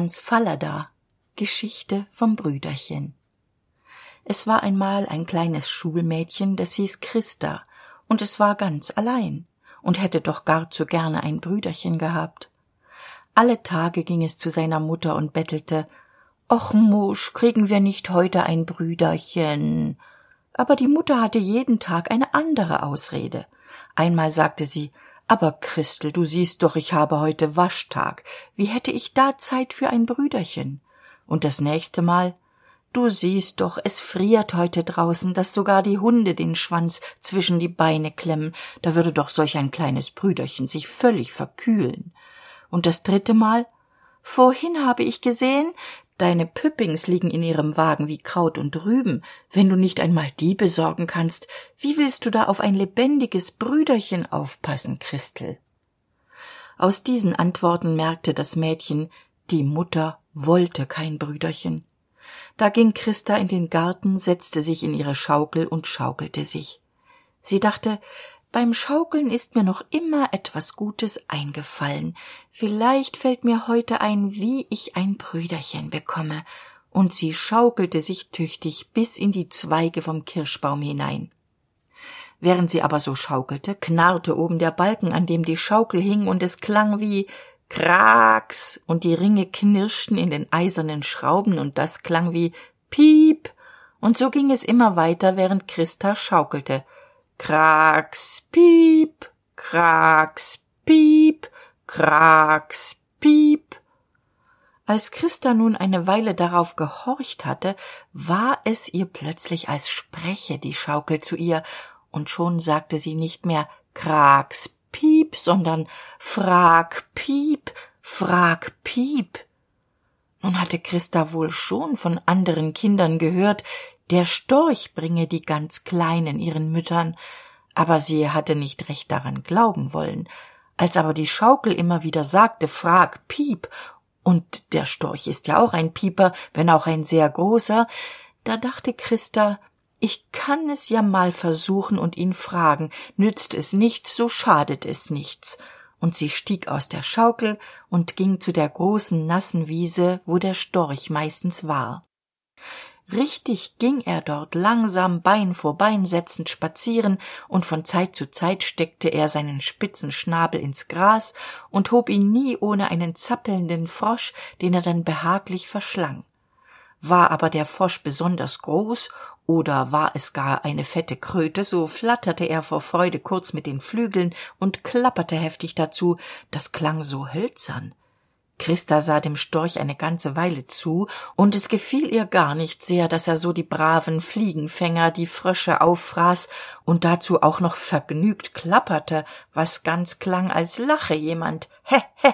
Hans Fallada. Geschichte vom Brüderchen. Es war einmal ein kleines Schulmädchen, das hieß Christa, und es war ganz allein und hätte doch gar zu gerne ein Brüderchen gehabt. Alle Tage ging es zu seiner Mutter und bettelte: »Och Musch, kriegen wir nicht heute ein Brüderchen?« Aber die Mutter hatte jeden Tag eine andere Ausrede. Einmal sagte sie: »Aber Christel, du siehst doch, ich habe heute Waschtag. Wie hätte ich da Zeit für ein Brüderchen?« Und das nächste Mal: »Du siehst doch, es friert heute draußen, dass sogar die Hunde den Schwanz zwischen die Beine klemmen. Da würde doch solch ein kleines Brüderchen sich völlig verkühlen.« Und das dritte Mal: »Vorhin habe ich gesehen, deine Püppings liegen in ihrem Wagen wie Kraut und Rüben. Wenn du nicht einmal die besorgen kannst, wie willst du da auf ein lebendiges Brüderchen aufpassen, Christel?« Aus diesen Antworten merkte das Mädchen, die Mutter wollte kein Brüderchen. Da ging Christa in den Garten, setzte sich in ihre Schaukel und schaukelte sich. Sie dachte: »Beim Schaukeln ist mir noch immer etwas Gutes eingefallen. Vielleicht fällt mir heute ein, wie ich ein Brüderchen bekomme.« Und sie schaukelte sich tüchtig bis in die Zweige vom Kirschbaum hinein. Während sie aber so schaukelte, knarrte oben der Balken, an dem die Schaukel hing, und es klang wie Kraks, und die Ringe knirschten in den eisernen Schrauben, und das klang wie Piep, und so ging es immer weiter, während Christa schaukelte. Kraks, piep, kraks, piep, kraks, piep. Als Christa nun eine Weile darauf gehorcht hatte, war es ihr plötzlich, als spreche die Schaukel zu ihr, und schon sagte sie nicht mehr Kraks, piep, sondern Frag, piep, frag, piep. Nun hatte Christa wohl schon von anderen Kindern gehört, der Storch bringe die ganz Kleinen ihren Müttern, aber sie hatte nicht recht daran glauben wollen. Als aber die Schaukel immer wieder sagte, Frag, piep, und der Storch ist ja auch ein Pieper, wenn auch ein sehr großer, da dachte Christa, ich kann es ja mal versuchen und ihn fragen, nützt es nichts, so schadet es nichts. Und sie stieg aus der Schaukel und ging zu der großen nassen Wiese, wo der Storch meistens war. Richtig ging er dort langsam Bein vor Bein setzend spazieren, und von Zeit zu Zeit steckte er seinen spitzen Schnabel ins Gras und hob ihn nie ohne einen zappelnden Frosch, den er dann behaglich verschlang. War aber der Frosch besonders groß, oder war es gar eine fette Kröte, so flatterte er vor Freude kurz mit den Flügeln und klapperte heftig dazu, das klang so hölzern. Christa sah dem Storch eine ganze Weile zu, und es gefiel ihr gar nicht sehr, dass er so die braven Fliegenfänger, die Frösche auffraß und dazu auch noch vergnügt klapperte, was ganz klang, als lache jemand. He, he!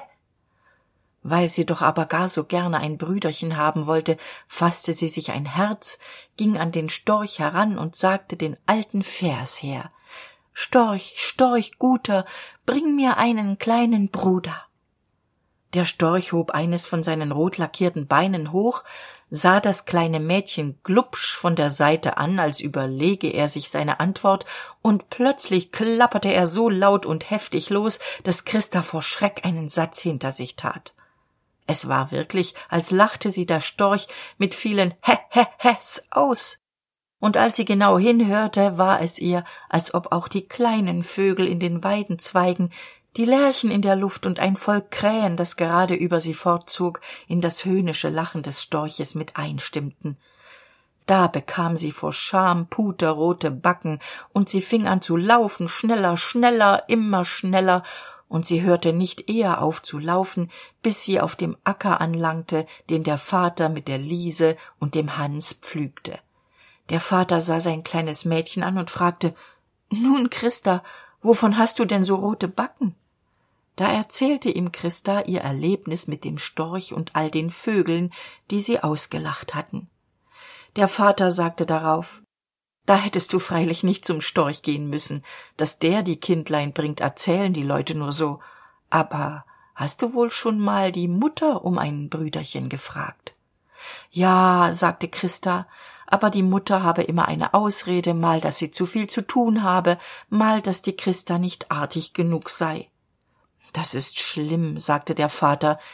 Weil sie doch aber gar so gerne ein Brüderchen haben wollte, fasste sie sich ein Herz, ging an den Storch heran und sagte den alten Vers her: »Storch, Storch, guter, bring mir einen kleinen Bruder.« Der Storch hob eines von seinen rot lackierten Beinen hoch, sah das kleine Mädchen glupsch von der Seite an, als überlege er sich seine Antwort, und plötzlich klapperte er so laut und heftig los, dass Christa vor Schreck einen Satz hinter sich tat. Es war wirklich, als lachte sie der Storch mit vielen He-He-Hes aus. Und als sie genau hinhörte, war es ihr, als ob auch die kleinen Vögel in den Weidenzweigen, die Lerchen in der Luft und ein Volk Krähen, das gerade über sie fortzog, in das höhnische Lachen des Storches mit einstimmten. Da bekam sie vor Scham puterrote Backen, und sie fing an zu laufen, schneller, schneller, immer schneller, und sie hörte nicht eher auf zu laufen, bis sie auf dem Acker anlangte, den der Vater mit der Liese und dem Hans pflügte. Der Vater sah sein kleines Mädchen an und fragte: »Nun, Christa, wovon hast du denn so rote Backen?« Da erzählte ihm Christa ihr Erlebnis mit dem Storch und all den Vögeln, die sie ausgelacht hatten. Der Vater sagte darauf: »Da hättest du freilich nicht zum Storch gehen müssen. Dass der die Kindlein bringt, erzählen die Leute nur so. Aber hast du wohl schon mal die Mutter um ein Brüderchen gefragt?« »Ja«, sagte Christa, aber die Mutter habe immer eine Ausrede, mal, dass sie zu viel zu tun habe, mal, dass die Christa nicht artig genug sei.« »Das ist schlimm«, sagte der Vater,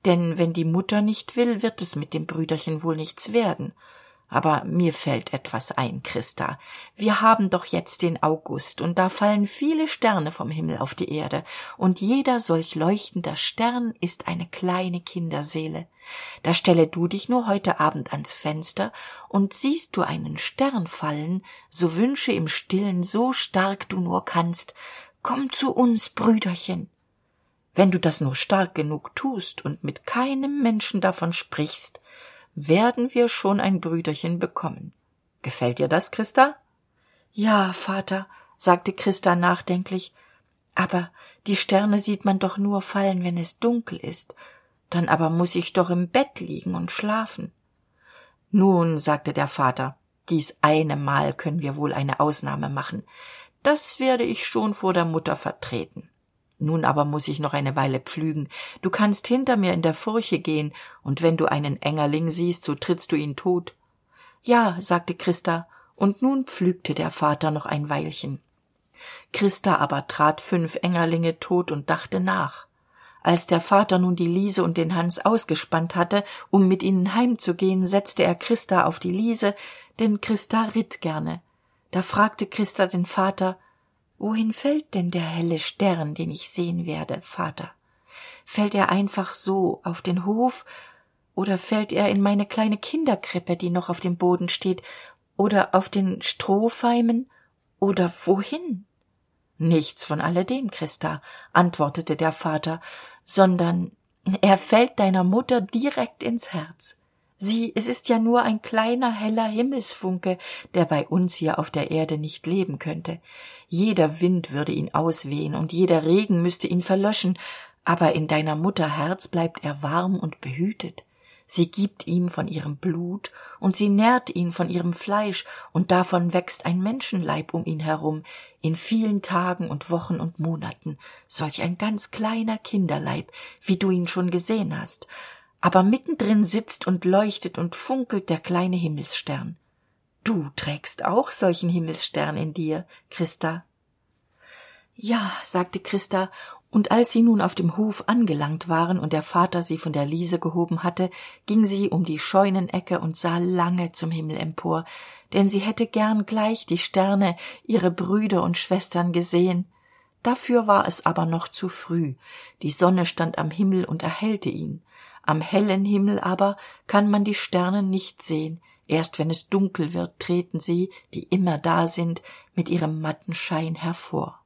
denn wenn die Mutter nicht will, wird es mit dem Brüderchen wohl nichts werden. Aber mir fällt etwas ein, Christa. Wir haben doch jetzt den August, und da fallen viele Sterne vom Himmel auf die Erde, und jeder solch leuchtender Stern ist eine kleine Kinderseele. Da stelle du dich nur heute Abend ans Fenster, und siehst du einen Stern fallen, so wünsche im Stillen so stark du nur kannst: Komm zu uns, Brüderchen. Wenn du das nur stark genug tust und mit keinem Menschen davon sprichst, werden wir schon ein Brüderchen bekommen. Gefällt dir das, Christa? Ja, Vater, sagte Christa nachdenklich, aber die Sterne sieht man doch nur fallen, wenn es dunkel ist. Dann aber muß ich doch im Bett liegen und schlafen. Nun, sagte der Vater, dies eine Mal können wir wohl eine Ausnahme machen. Das werde ich schon vor der Mutter vertreten. Nun aber muß ich noch eine Weile pflügen. Du kannst hinter mir in der Furche gehen, und wenn du einen Engerling siehst, so trittst du ihn tot. Ja, sagte Christa, und nun pflügte der Vater noch ein Weilchen. Christa aber trat 5 Engerlinge tot und dachte nach. Als der Vater nun die Liese und den Hans ausgespannt hatte, um mit ihnen heimzugehen, setzte er Christa auf die Liese, denn Christa ritt gerne. Da fragte Christa den Vater: Wohin fällt denn der helle Stern, den ich sehen werde, Vater? Fällt er einfach so auf den Hof, oder fällt er in meine kleine Kinderkrippe, die noch auf dem Boden steht, oder auf den Strohfeimen, oder wohin? Nichts von alledem, Christa, antwortete der Vater, sondern er fällt deiner Mutter direkt ins Herz. Sieh, es ist ja nur ein kleiner, heller Himmelsfunke, der bei uns hier auf der Erde nicht leben könnte. Jeder Wind würde ihn auswehen und jeder Regen müsste ihn verlöschen, aber in deiner Mutter Herz bleibt er warm und behütet. Sie gibt ihm von ihrem Blut und sie nährt ihn von ihrem Fleisch, und davon wächst ein Menschenleib um ihn herum, in vielen Tagen und Wochen und Monaten, solch ein ganz kleiner Kinderleib, wie du ihn schon gesehen hast. Aber mittendrin sitzt und leuchtet und funkelt der kleine Himmelsstern. Du trägst auch solchen Himmelsstern in dir, Christa. Ja, sagte Christa, und als sie nun auf dem Hof angelangt waren und der Vater sie von der Liese gehoben hatte, ging sie um die Scheunenecke und sah lange zum Himmel empor, denn sie hätte gern gleich die Sterne, ihre Brüder und Schwestern gesehen. Dafür war es aber noch zu früh, die Sonne stand am Himmel und erhellte ihn. Am hellen Himmel aber kann man die Sterne nicht sehen, erst wenn es dunkel wird, treten sie, die immer da sind, mit ihrem matten Schein hervor.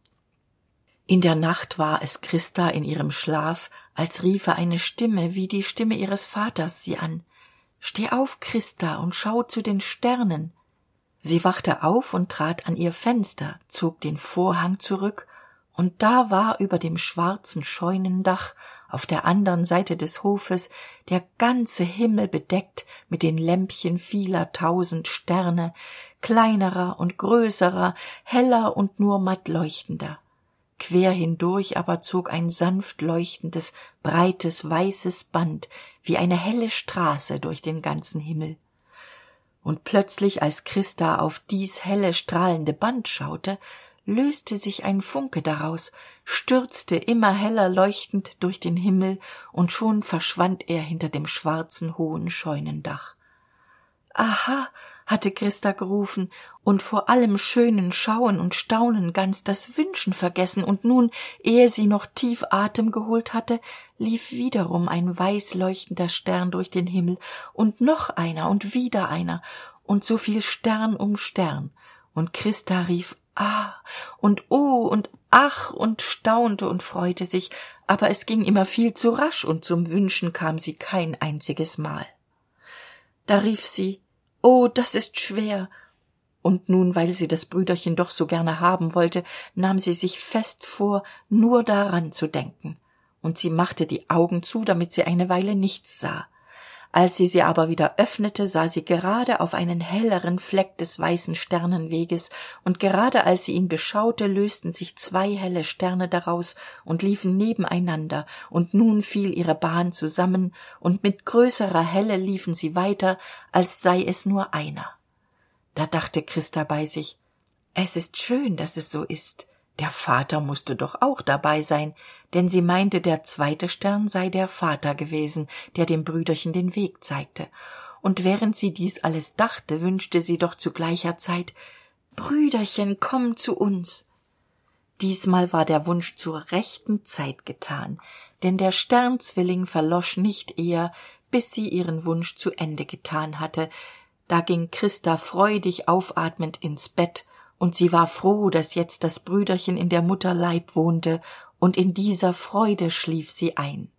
In der Nacht war es Christa in ihrem Schlaf, als riefe eine Stimme wie die Stimme ihres Vaters sie an. »Steh auf, Christa, und schau zu den Sternen.« Sie wachte auf und trat an ihr Fenster, zog den Vorhang zurück, und da war über dem schwarzen Scheunendach auf der andern Seite des Hofes der ganze Himmel bedeckt mit den Lämpchen vieler tausend Sterne, kleinerer und größerer, heller und nur matt leuchtender. Quer hindurch aber zog ein sanft leuchtendes, breites, weißes Band wie eine helle Straße durch den ganzen Himmel. Und plötzlich, als Christa auf dies helle, strahlende Band schaute, löste sich ein Funke daraus, stürzte immer heller leuchtend durch den Himmel, und schon verschwand er hinter dem schwarzen, hohen Scheunendach. »Aha«, hatte Christa gerufen, und vor allem schönen Schauen und Staunen ganz das Wünschen vergessen, und nun, ehe sie noch tief Atem geholt hatte, lief wiederum ein weiß leuchtender Stern durch den Himmel, und noch einer und wieder einer, und so viel Stern um Stern, und Christa rief »Ah« und »Oh« und »Ach« und staunte und freute sich, aber es ging immer viel zu rasch, und zum Wünschen kam sie kein einziges Mal. Da rief sie »Oh, das ist schwer«, und nun, weil sie das Brüderchen doch so gerne haben wollte, nahm sie sich fest vor, nur daran zu denken, und sie machte die Augen zu, damit sie eine Weile nichts sah. Als sie aber wieder öffnete, sah sie gerade auf einen helleren Fleck des weißen Sternenweges, und gerade als sie ihn beschaute, lösten sich 2 helle Sterne daraus und liefen nebeneinander, und nun fiel ihre Bahn zusammen, und mit größerer Helle liefen sie weiter, als sei es nur einer. Da dachte Christa bei sich, es ist schön, dass es so ist, Der Vater mußte doch auch dabei sein, denn sie meinte, der zweite Stern sei der Vater gewesen, der dem Brüderchen den Weg zeigte. Und während sie dies alles dachte, wünschte sie doch zu gleicher Zeit: »Brüderchen, komm zu uns!« Diesmal war der Wunsch zur rechten Zeit getan, denn der Sternzwilling verlosch nicht eher, bis sie ihren Wunsch zu Ende getan hatte. Da ging Christa freudig aufatmend ins Bett, und sie war froh, daß jetzt das Brüderchen in der Mutter Leib wohnte, und in dieser Freude schlief sie ein.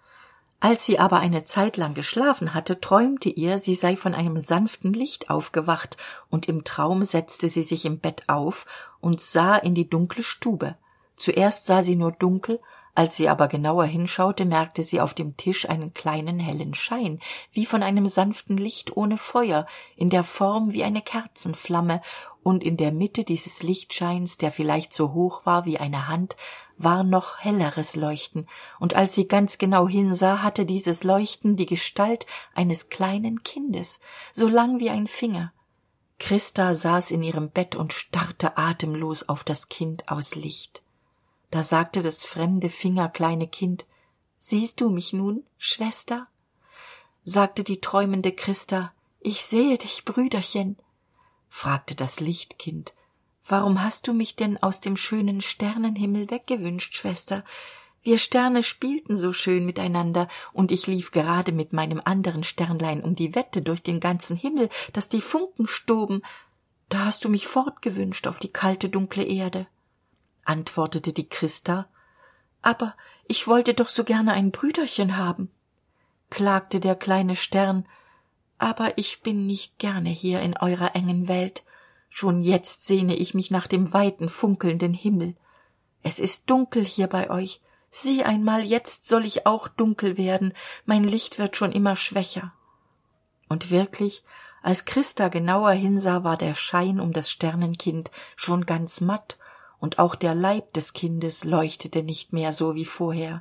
Als sie aber eine Zeit lang geschlafen hatte, träumte ihr, sie sei von einem sanften Licht aufgewacht, und im Traum setzte sie sich im Bett auf und sah in die dunkle Stube. Zuerst sah sie nur dunkel, als sie aber genauer hinschaute, merkte sie auf dem Tisch einen kleinen hellen Schein, wie von einem sanften Licht ohne Feuer, in der Form wie eine Kerzenflamme, und in der Mitte dieses Lichtscheins, der vielleicht so hoch war wie eine Hand, war noch helleres Leuchten, und als sie ganz genau hinsah, hatte dieses Leuchten die Gestalt eines kleinen Kindes, so lang wie ein Finger. Christa saß in ihrem Bett und starrte atemlos auf das Kind aus Licht. Da sagte das fremde, fingerkleine Kind: »Siehst du mich nun, Schwester?« Sagte die träumende Christa: »Ich sehe dich, Brüderchen.« Fragte das Lichtkind: »Warum hast du mich denn aus dem schönen Sternenhimmel weggewünscht, Schwester? Wir Sterne spielten so schön miteinander, und ich lief gerade mit meinem anderen Sternlein um die Wette durch den ganzen Himmel, daß die Funken stoben. Da hast du mich fortgewünscht auf die kalte, dunkle Erde.« Antwortete die Christa: »Aber ich wollte doch so gerne ein Brüderchen haben.« Klagte der kleine Stern: »Aber ich bin nicht gerne hier in eurer engen Welt. Schon jetzt sehne ich mich nach dem weiten, funkelnden Himmel. Es ist dunkel hier bei euch. Sieh einmal, jetzt soll ich auch dunkel werden. Mein Licht wird schon immer schwächer.« Und wirklich, als Christa genauer hinsah, war der Schein um das Sternenkind schon ganz matt, und auch der Leib des Kindes leuchtete nicht mehr so wie vorher.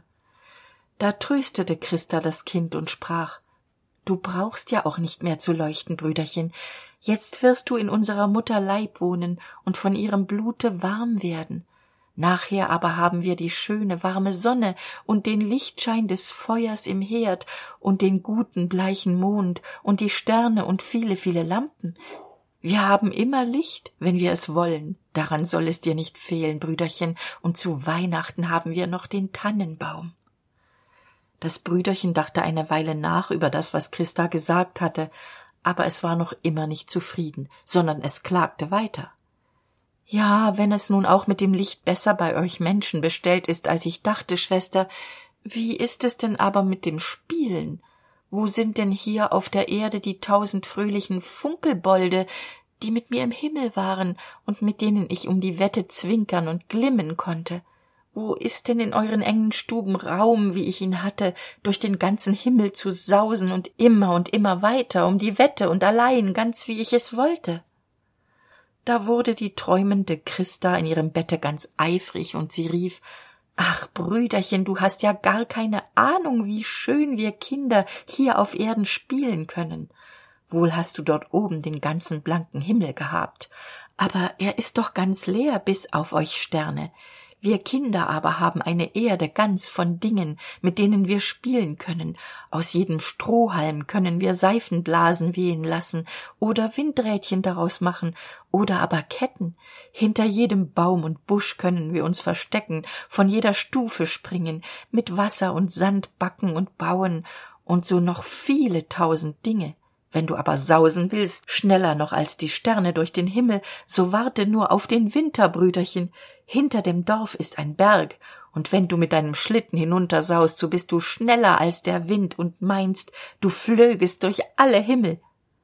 Da tröstete Christa das Kind und sprach: »Du brauchst ja auch nicht mehr zu leuchten, Brüderchen. Jetzt wirst du in unserer Mutter Leib wohnen und von ihrem Blute warm werden. Nachher aber haben wir die schöne, warme Sonne und den Lichtschein des Feuers im Herd und den guten, bleichen Mond und die Sterne und viele, viele Lampen. Wir haben immer Licht, wenn wir es wollen. Daran soll es dir nicht fehlen, Brüderchen, und zu Weihnachten haben wir noch den Tannenbaum.« Das Brüderchen dachte eine Weile nach über das, was Christa gesagt hatte, aber es war noch immer nicht zufrieden, sondern es klagte weiter: »Ja, wenn es nun auch mit dem Licht besser bei euch Menschen bestellt ist, als ich dachte, Schwester, wie ist es denn aber mit dem Spielen? Wo sind denn hier auf der Erde die 1000 fröhlichen Funkelbolde, die mit mir im Himmel waren und mit denen ich um die Wette zwinkern und glimmen konnte? Wo ist denn in euren engen Stuben Raum, wie ich ihn hatte, durch den ganzen Himmel zu sausen und immer weiter um die Wette und allein, ganz wie ich es wollte?« Da wurde die träumende Christa in ihrem Bette ganz eifrig, und sie rief: »Ach, Brüderchen, du hast ja gar keine Ahnung, wie schön wir Kinder hier auf Erden spielen können. Wohl hast du dort oben den ganzen blanken Himmel gehabt, aber er ist doch ganz leer bis auf euch Sterne. Wir Kinder aber haben eine Erde ganz von Dingen, mit denen wir spielen können. Aus jedem Strohhalm können wir Seifenblasen wehen lassen oder Windrädchen daraus machen oder aber Ketten. Hinter jedem Baum und Busch können wir uns verstecken, von jeder Stufe springen, mit Wasser und Sand backen und bauen und so noch viele 1000 Dinge. Wenn du aber sausen willst, schneller noch als die Sterne durch den Himmel, so warte nur auf den Winter, Brüderchen. Hinter dem Dorf ist ein Berg, und wenn du mit deinem Schlitten hinuntersaust, so bist du schneller als der Wind und meinst, du flögest durch alle Himmel.«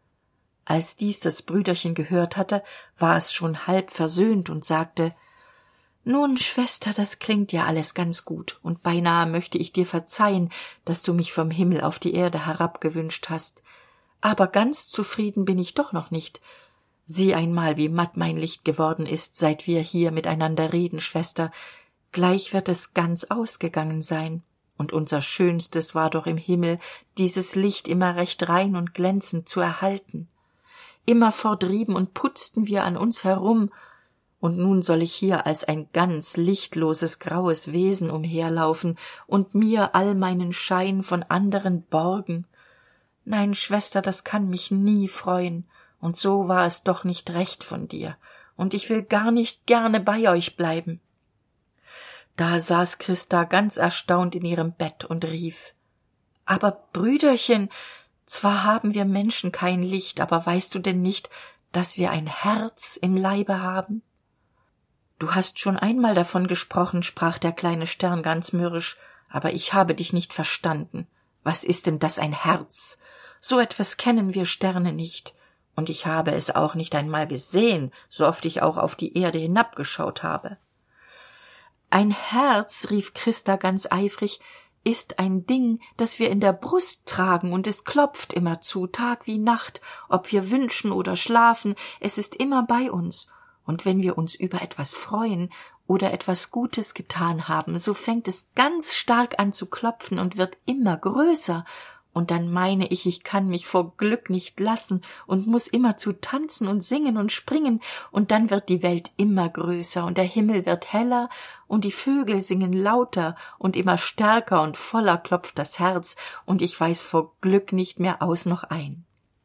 Als dies das Brüderchen gehört hatte, war es schon halb versöhnt und sagte: »Nun, Schwester, das klingt ja alles ganz gut, und beinahe möchte ich dir verzeihen, dass du mich vom Himmel auf die Erde herabgewünscht hast. Aber ganz zufrieden bin ich doch noch nicht. Sieh einmal, wie matt mein Licht geworden ist, seit wir hier miteinander reden, Schwester. Gleich wird es ganz ausgegangen sein. Und unser Schönstes war doch im Himmel, dieses Licht immer recht rein und glänzend zu erhalten. Immerfort rieben und putzten wir an uns herum, und nun soll ich hier als ein ganz lichtloses graues Wesen umherlaufen und mir all meinen Schein von anderen borgen. Nein, Schwester, das kann mich nie freuen, und so war es doch nicht recht von dir, und ich will gar nicht gerne bei euch bleiben. Da saß Christa ganz erstaunt in ihrem Bett und rief: Aber Brüderchen, zwar haben wir Menschen kein Licht, aber weißt du denn nicht, dass wir ein Herz im Leibe haben? Du hast schon einmal davon gesprochen, sprach der kleine Stern ganz mürrisch, aber ich habe dich nicht verstanden. Was ist denn das, ein Herz? So etwas kennen wir Sterne nicht, und ich habe es auch nicht einmal gesehen, so oft ich auch auf die Erde hinabgeschaut habe. Ein Herz, rief Christa ganz eifrig, ist ein Ding, das wir in der Brust tragen, und es klopft immerzu, Tag wie Nacht, ob wir wünschen oder schlafen, es ist immer bei uns, und wenn wir uns über etwas freuen oder etwas Gutes getan haben, so fängt es ganz stark an zu klopfen und wird immer größer, und dann meine ich kann mich vor Glück nicht lassen und muß immerzu tanzen und singen und springen, und dann wird die Welt immer größer und der Himmel wird heller und die Vögel singen lauter und immer stärker und voller klopft das Herz, und ich weiß vor Glück nicht mehr aus noch ein.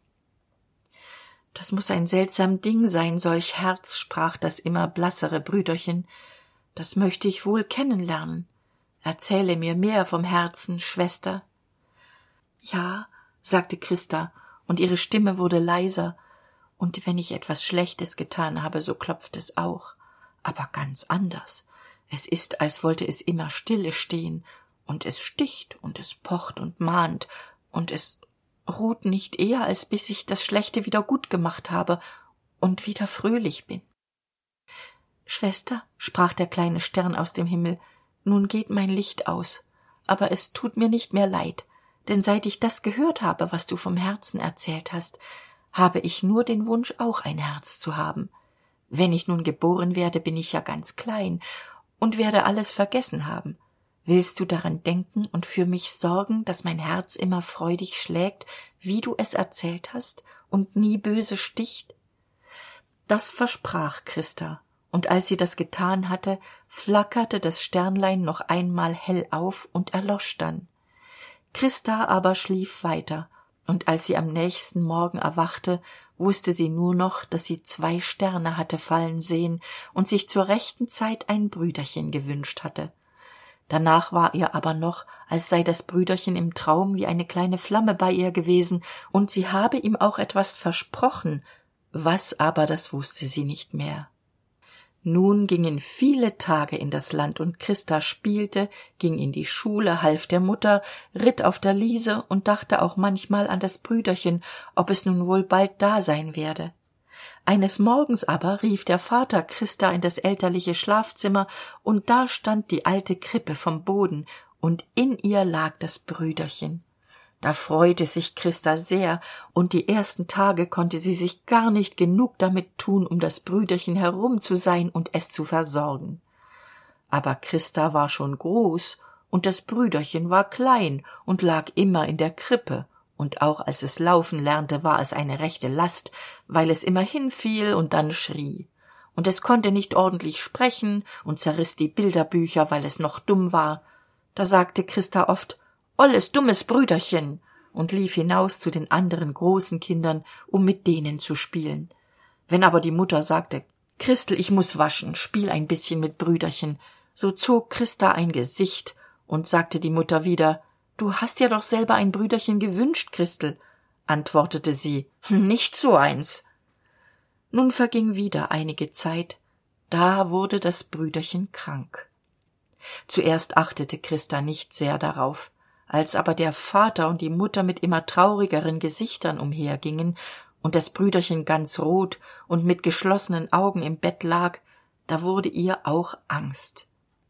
Das muß ein seltsam Ding sein, solch Herz, sprach das immer blassere Brüderchen. Das möchte ich wohl kennenlernen. Erzähle mir mehr vom Herzen, Schwester. Ja, sagte Christa, und ihre Stimme wurde leiser, und wenn ich etwas Schlechtes getan habe, so klopft es auch, aber ganz anders. Es ist, als wollte es immer stille stehen, und es sticht, und es pocht und mahnt, und es ruht nicht eher, als bis ich das Schlechte wieder gut gemacht habe und wieder fröhlich bin. Schwester, sprach der kleine Stern aus dem Himmel, nun geht mein Licht aus, aber es tut mir nicht mehr leid, denn seit ich das gehört habe, was du vom Herzen erzählt hast, habe ich nur den Wunsch, auch ein Herz zu haben. Wenn ich nun geboren werde, bin ich ja ganz klein und werde alles vergessen haben. Willst du daran denken und für mich sorgen, dass mein Herz immer freudig schlägt, wie du es erzählt hast, und nie böse sticht? Das versprach Christa, und als sie das getan hatte, flackerte das Sternlein noch einmal hell auf und erlosch dann. Christa aber schlief weiter, und als sie am nächsten Morgen erwachte, wusste sie nur noch, dass sie 2 Sterne hatte fallen sehen und sich zur rechten Zeit ein Brüderchen gewünscht hatte. Danach war ihr aber noch, als sei das Brüderchen im Traum wie eine kleine Flamme bei ihr gewesen, und sie habe ihm auch etwas versprochen, was aber, das wusste sie nicht mehr. Nun gingen viele Tage in das Land, und Christa spielte, ging in die Schule, half der Mutter, ritt auf der Liese und dachte auch manchmal an das Brüderchen, ob es nun wohl bald da sein werde. Eines Morgens aber rief der Vater Christa in das elterliche Schlafzimmer, und da stand die alte Krippe vom Boden, und in ihr lag das Brüderchen. Da freute sich Christa sehr, und die ersten Tage konnte sie sich gar nicht genug damit tun, um das Brüderchen herum zu sein und es zu versorgen. Aber Christa war schon groß, und das Brüderchen war klein und lag immer in der Krippe, und auch als es laufen lernte, war es eine rechte Last, weil es immer hinfiel und dann schrie. Und es konnte nicht ordentlich sprechen und zerriß die Bilderbücher, weil es noch dumm war. Da sagte Christa oft: »Olles dummes Brüderchen«, und lief hinaus zu den anderen großen Kindern, um mit denen zu spielen. Wenn aber die Mutter sagte: »Christel, ich muß waschen, spiel ein bisschen mit Brüderchen«, so zog Christa ein Gesicht, und sagte die Mutter wieder: »Du hast ja doch selber ein Brüderchen gewünscht, Christel«, antwortete sie: »Nicht so eins.« Nun verging wieder einige Zeit, da wurde das Brüderchen krank. Zuerst achtete Christa nicht sehr darauf. Als aber der Vater und die Mutter mit immer traurigeren Gesichtern umhergingen und das Brüderchen ganz rot und mit geschlossenen Augen im Bett lag, da wurde ihr auch Angst.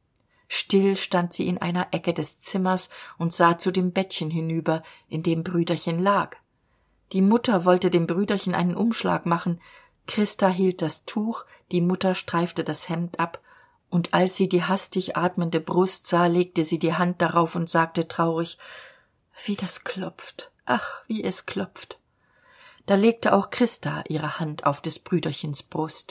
Still stand sie in einer Ecke des Zimmers und sah zu dem Bettchen hinüber, in dem Brüderchen lag. Die Mutter wollte dem Brüderchen einen Umschlag machen. Christa hielt das Tuch, die Mutter streifte das Hemd ab, und als sie die hastig atmende Brust sah, legte sie die Hand darauf und sagte traurig: »Wie das klopft, ach, wie es klopft.« Da legte auch Christa ihre Hand auf des Brüderchens Brust,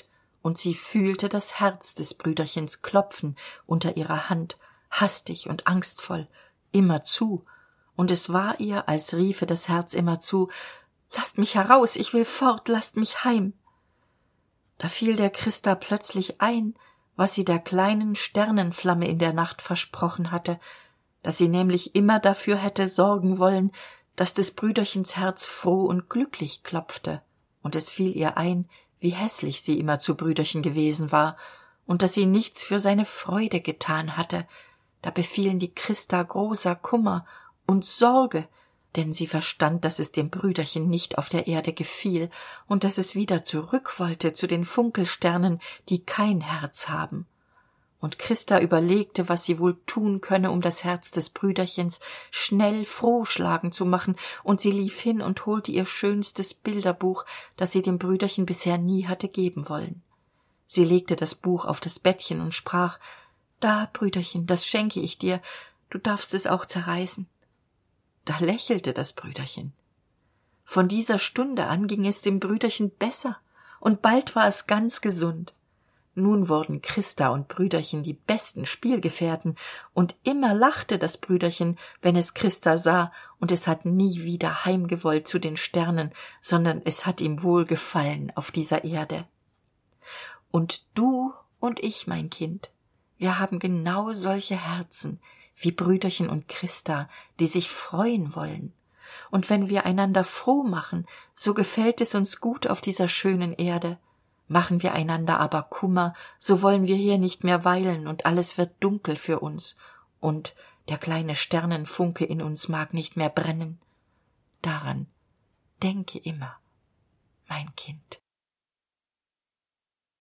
und sie fühlte das Herz des Brüderchens klopfen unter ihrer Hand, hastig und angstvoll, immerzu, und es war ihr, als riefe das Herz immerzu: »Lasst mich heraus, ich will fort, lasst mich heim!« Da fiel der Christa plötzlich ein, was sie der kleinen Sternenflamme in der Nacht versprochen hatte, dass sie nämlich immer dafür hätte sorgen wollen, dass des Brüderchens Herz froh und glücklich klopfte, und es fiel ihr ein, wie häßlich sie immer zu Brüderchen gewesen war, und dass sie nichts für seine Freude getan hatte. Da befielen die Christa großer Kummer und Sorge, denn sie verstand, dass es dem Brüderchen nicht auf der Erde gefiel und dass es wieder zurück wollte zu den Funkelsternen, die kein Herz haben. Und Christa überlegte, was sie wohl tun könne, um das Herz des Brüderchens schnell froh schlagen zu machen, und sie lief hin und holte ihr schönstes Bilderbuch, das sie dem Brüderchen bisher nie hatte geben wollen. Sie legte das Buch auf das Bettchen und sprach: »Da, Brüderchen, das schenke ich dir, du darfst es auch zerreißen.« Da lächelte das Brüderchen. Von dieser Stunde an ging es dem Brüderchen besser, und bald war es ganz gesund. Nun wurden Christa und Brüderchen die besten Spielgefährten, und immer lachte das Brüderchen, wenn es Christa sah, und es hat nie wieder heimgewollt zu den Sternen, sondern es hat ihm wohl gefallen auf dieser Erde. Und du und ich, mein Kind, wir haben genau solche Herzen wie Brüderchen und Christa, die sich freuen wollen. Und wenn wir einander froh machen, so gefällt es uns gut auf dieser schönen Erde. Machen wir einander aber Kummer, so wollen wir hier nicht mehr weilen, und alles wird dunkel für uns, und der kleine Sternenfunke in uns mag nicht mehr brennen. Daran denke immer, mein Kind.